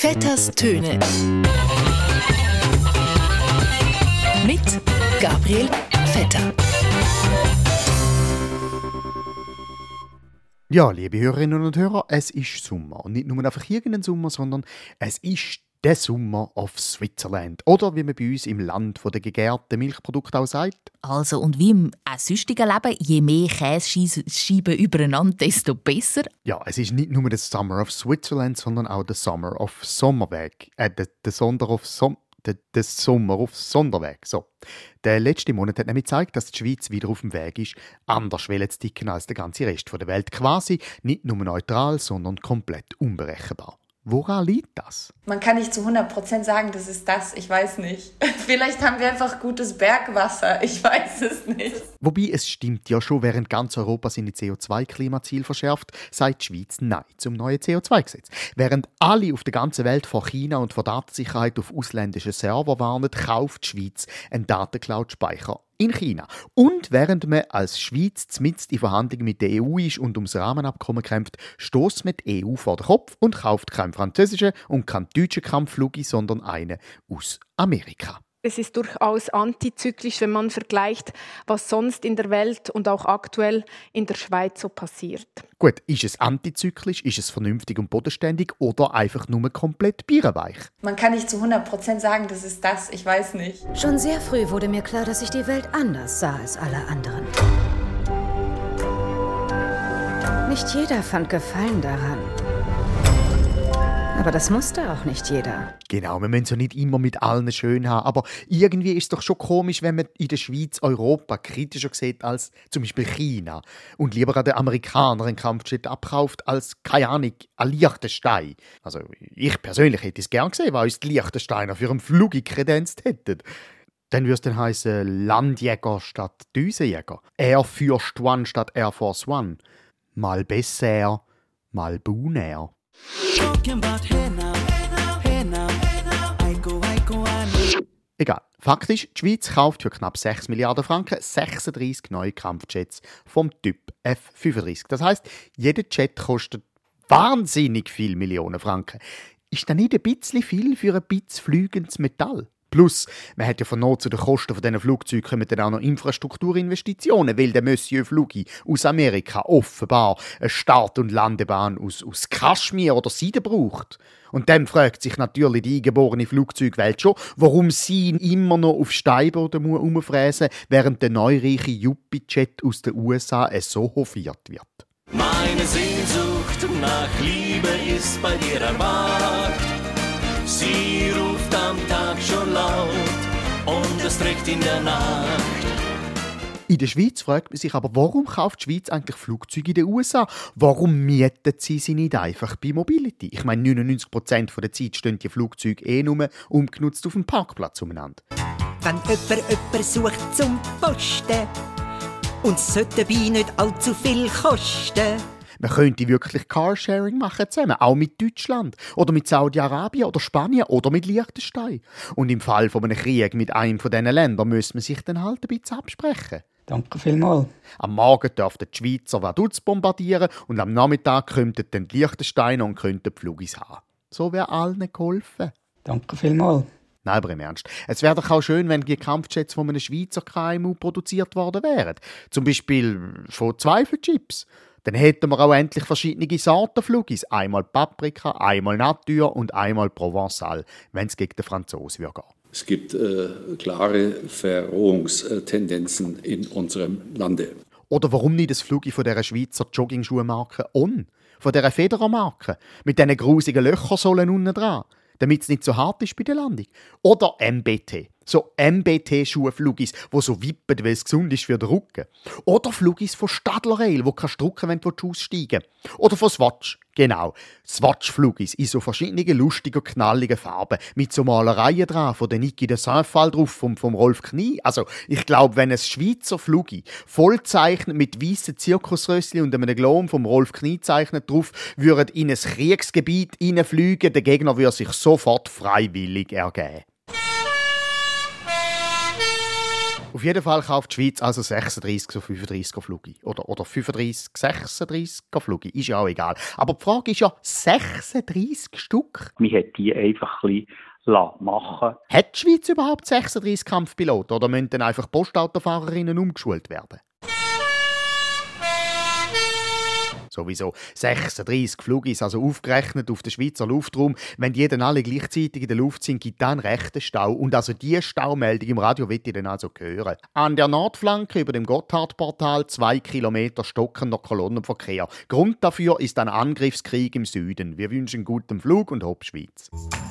Vetters Töne mit Gabriel Vetter. Ja, liebe Hörerinnen und Hörer, es ist Sommer. Und nicht nur einfach irgendein Sommer, sondern es ist der Summer of Switzerland. Oder wie man bei uns im Land der gegärten Milchprodukte auch sagt. Also, und wie im sonstigen Leben, je mehr Käsescheiben übereinander, desto besser. Ja, es ist nicht nur der Summer of Switzerland, sondern auch der Summer of Sommerweg. Der Sommer auf Sonderweg. So. Der letzte Monat hat nämlich gezeigt, dass die Schweiz wieder auf dem Weg ist, anders Wellen zu ticken als der ganze Rest der Welt. Quasi nicht nur neutral, sondern komplett unberechenbar. Woran liegt das? Man kann nicht zu 100% sagen, das ist das. Ich weiß nicht. Vielleicht haben wir einfach gutes Bergwasser. Ich weiß es nicht. Wobei, es stimmt ja schon, während ganz Europa seine CO2-Klimaziele verschärft, sagt die Schweiz Nein zum neuen CO2-Gesetz. Während alle auf der ganzen Welt vor China und vor Datensicherheit auf ausländischen Server warnen, kauft die Schweiz einen Datencloud-Speicher in China. Und während man als Schweiz mitten in Verhandlungen mit der EU ist und ums Rahmenabkommen kämpft, stößt man die EU vor den Kopf und kauft keinen französischen und keinen deutschen Kampfflug, sondern einen aus Amerika. Es ist durchaus antizyklisch, wenn man vergleicht, was sonst in der Welt und auch aktuell in der Schweiz so passiert. Gut, ist es antizyklisch, ist es vernünftig und bodenständig oder einfach nur komplett bierenweich? Man kann nicht zu 100% sagen, das ist das. Ich weiß nicht. Schon sehr früh wurde mir klar, dass ich die Welt anders sah als alle anderen. Nicht jeder fand Gefallen daran. Aber das musste auch nicht jeder. Genau, wir müssen es ja nicht immer mit allen schön haben, aber irgendwie ist es doch schon komisch, wenn man in der Schweiz Europa kritischer sieht als zum Beispiel China und lieber an den Amerikanern einen Kampfjet abkauft als, keine Ahnung, an Liechtenstein. Also ich persönlich hätte es gern gesehen, weil uns die Liechtensteiner für einen Flug kredenzt hätten. Dann würde es dann heißen Landjäger statt Düsenjäger, Air Force One statt Air Force One, mal besser, mal buner. Egal. Faktisch, die Schweiz kauft für knapp 6 Milliarden Franken 36 neue Kampfjets vom Typ F-35. Das heisst, jeder Jet kostet wahnsinnig viele Millionen Franken. Ist das nicht ein bisschen viel für ein bisschen fliegendes Metall? Plus, man hat ja von Not zu den Kosten von diesen Flugzeugen kommen dann auch noch Infrastrukturinvestitionen, weil der Monsieur Flugi aus Amerika offenbar eine Start- und Landebahn aus Kaschmir oder Seide braucht. Und dann fragt sich natürlich die eingeborene Flugzeugwelt schon, warum sie ihn immer noch auf Steinboden herumfräsen, während der neureiche Yuppie-Jet aus den USA so hofiert wird. Meine Sehnsucht nach Liebe ist bei dir erwacht. Sie ruft am Tag schon laut und es trägt in der Nacht. In der Schweiz fragt man sich aber, warum kauft die Schweiz eigentlich Flugzeuge in den USA? Warum mietet sie nicht einfach bei Mobility? Ich meine, 99% der Zeit stehen die Flugzeuge nur ungenutzt auf dem Parkplatz umeinander. Wenn jemand sucht zum Posten und es sollte dabei nicht allzu viel kosten. Man könnte wirklich Carsharing machen zusammen, auch mit Deutschland oder mit Saudi-Arabien oder Spanien oder mit Liechtenstein. Und im Fall von einem Krieg mit einem von diesen Ländern müsste man sich dann halt ein bisschen absprechen. Danke vielmals. Am Morgen dürften die Schweizer Vaduz bombardieren und am Nachmittag könnten dann die Liechtensteiner und könnten die Flugis haben. So wäre allen geholfen. Danke vielmals. Nein, aber im Ernst. Es wäre doch auch schön, wenn die Kampfjets von einem Schweizer KMU produziert worden wären. Zum Beispiel von Zweifelchips. Dann hätten wir auch endlich verschiedene Sorten Flugis. Einmal Paprika, einmal Natur und einmal Provençal, wenn es gegen den Franzosen würde gehen. Es gibt klare Verrohungstendenzen in unserem Lande. Oder warum nicht das Flugi von dieser Schweizer Jogging-Schuhmarke On? Von dieser Federer-Marke? Mit diesen grusigen Löchersohlen unten dran, damit es nicht so hart ist bei der Landung. Oder MBT. So MBT-Schuhe-Flugis, die so wippen, weil es gesund ist für den Rücken. Oder Flugis von Stadler Rail, wo du drucken, wenn du aussteigen willst. Oder von Swatch. Genau, Swatch-Flugis in so verschiedenen lustigen, knalligen Farben. Mit so Malereien dran, von der Niki de Saint-Phal drauf, vom Rolf Knie. Also, ich glaube, wenn ein Schweizer Flugi vollzeichnet mit weißen Zirkusrössli und einem Glom vom Rolf Knie zeichnet drauf, würde in ein Kriegsgebiet hineinfliegen, der Gegner würde sich sofort freiwillig ergeben. Auf jeden Fall kauft die Schweiz also 36 so 35 Flüge. Oder 35, 36 Flüge. Ist ja auch egal. Aber die Frage ist ja, 36 Stück? Man hat die einfach ein bisschen machen. Hat die Schweiz überhaupt 36 Kampfpiloten oder müssen dann einfach Postautofahrerinnen umgeschult werden? Sowieso 36 Flugis, also aufgerechnet auf den Schweizer Luftraum. Wenn die dann alle gleichzeitig in der Luft sind, gibt es einen rechten Stau. Und also diese Staumeldung im Radio will ich dann also hören. An der Nordflanke über dem Gotthardportal 2 Kilometer stockender Kolonnenverkehr. Grund dafür ist ein Angriffskrieg im Süden. Wir wünschen guten Flug und Hopp Schweiz.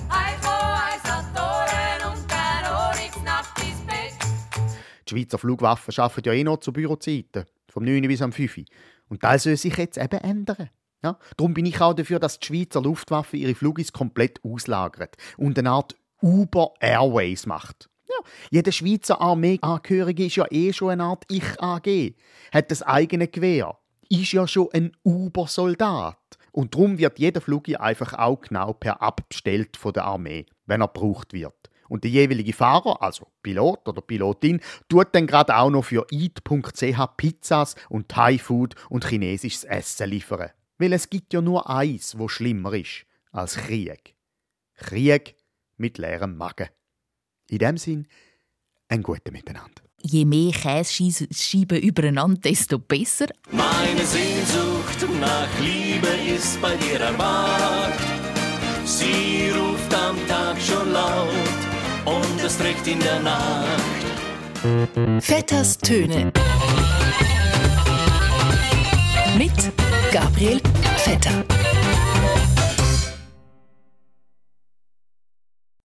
Die Schweizer Flugwaffen arbeiten ja eh noch zu Bürozeiten. Vom 9 bis am 5. Und das soll sich jetzt eben ändern. Ja? Darum bin ich auch dafür, dass die Schweizer Luftwaffe ihre Flugis komplett auslagert und eine Art Uber Airways macht. Ja, jeder Schweizer Armeeangehörige ist ja eh schon eine Art Ich-AG, hat das eigene Gewehr, ist ja schon ein Uber-Soldat. Und darum wird jeder Flug einfach auch genau per App bestellt von der Armee, wenn er gebraucht wird. Und der jeweilige Fahrer, also Pilot oder Pilotin, tut dann gerade auch noch für eat.ch Pizzas und Thai-Food und chinesisches Essen liefern. Weil es gibt ja nur eins, wo schlimmer ist als Krieg. Krieg mit leerem Magen. In dem Sinn, ein gutes Miteinander. Je mehr Käsescheiben übereinander, desto besser. Meine Sehnsucht nach Liebe ist bei dir erwacht. Sie ruft am Tag schon laut und es trägt in der Nacht. Vetters Töne. Mit Gabriel Vetter.